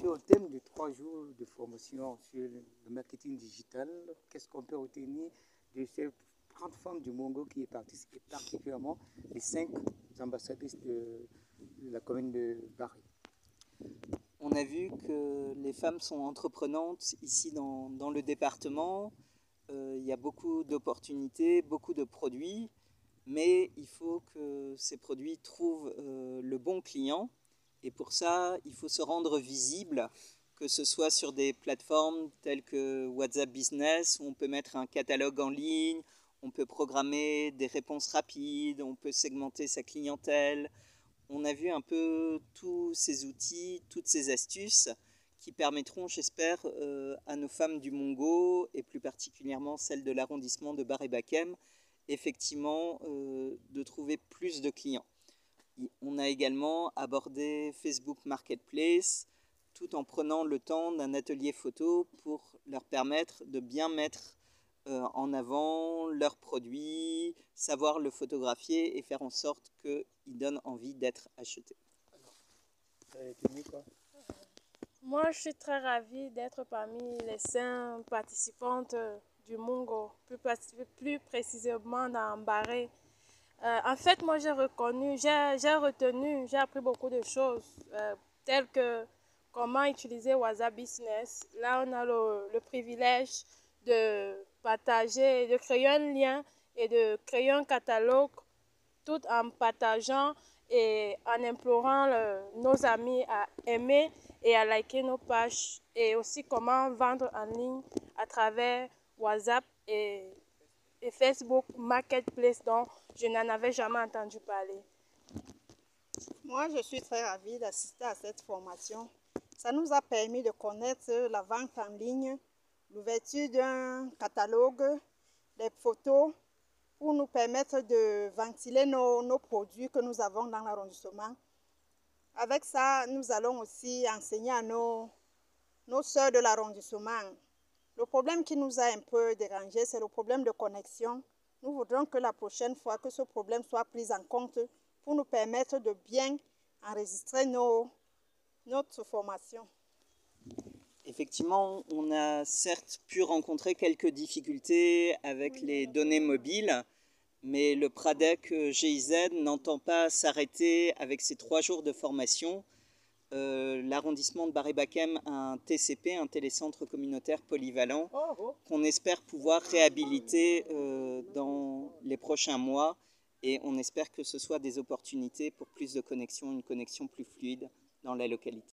au thème de 3 jours de formation sur le marketing digital, qu'est-ce qu'on peut retenir de ces 30 femmes du Mongo qui participent, particulièrement les 5 ambassadrices de la commune de Bari? On a vu que les femmes sont entreprenantes ici dans le département. Il y a beaucoup d'opportunités, beaucoup de produits, mais il faut que ces produits trouvent le bon client. Et pour ça, il faut se rendre visible, que ce soit sur des plateformes telles que WhatsApp Business, où on peut mettre un catalogue en ligne, on peut programmer des réponses rapides, on peut segmenter sa clientèle. On a vu un peu tous ces outils, toutes ces astuces qui permettront, j'espère, à nos femmes du Mongo, et plus particulièrement celles de l'arrondissement de Bar-et-Bakem, effectivement, de trouver plus de clients. On a également abordé Facebook Marketplace, tout en prenant le temps d'un atelier photo pour leur permettre de bien mettre en avant leurs produits, savoir le photographier et faire en sorte qu'il donne envie d'être acheté. Moi, je suis très ravie d'être parmi les 5 participantes du Mongo, plus précisément dans Barré. En fait, moi, j'ai retenu, j'ai appris beaucoup de choses, telles que comment utiliser WhatsApp Business. Là, on a le privilège de partager, de créer un lien et de créer un catalogue tout en partageant et en implorant nos amis à aimer et à liker nos pages, et aussi comment vendre en ligne à travers WhatsApp et Facebook Marketplace, dont je n'en avais jamais entendu parler. Moi, je suis très ravie d'assister à cette formation. Ça nous a permis de connaître la vente en ligne, l'ouverture d'un catalogue, des photos, pour nous permettre de ventiler nos produits que nous avons dans l'arrondissement. Avec ça, nous allons aussi enseigner à nos sœurs de l'arrondissement. Le problème qui nous a un peu dérangé, c'est le problème de connexion. Nous voudrons que la prochaine fois, que ce problème soit pris en compte pour nous permettre de bien enregistrer notre formation. Effectivement, on a certes pu rencontrer quelques difficultés avec les données mobiles, mais le Pradec GIZ n'entend pas s'arrêter avec ces 3 jours de formation. L'arrondissement de Bar-et-Bakem a un TCP, un télécentre communautaire polyvalent, qu'on espère pouvoir réhabiliter dans les prochains mois, et on espère que ce soit des opportunités pour plus de connexions, une connexion plus fluide dans la localité.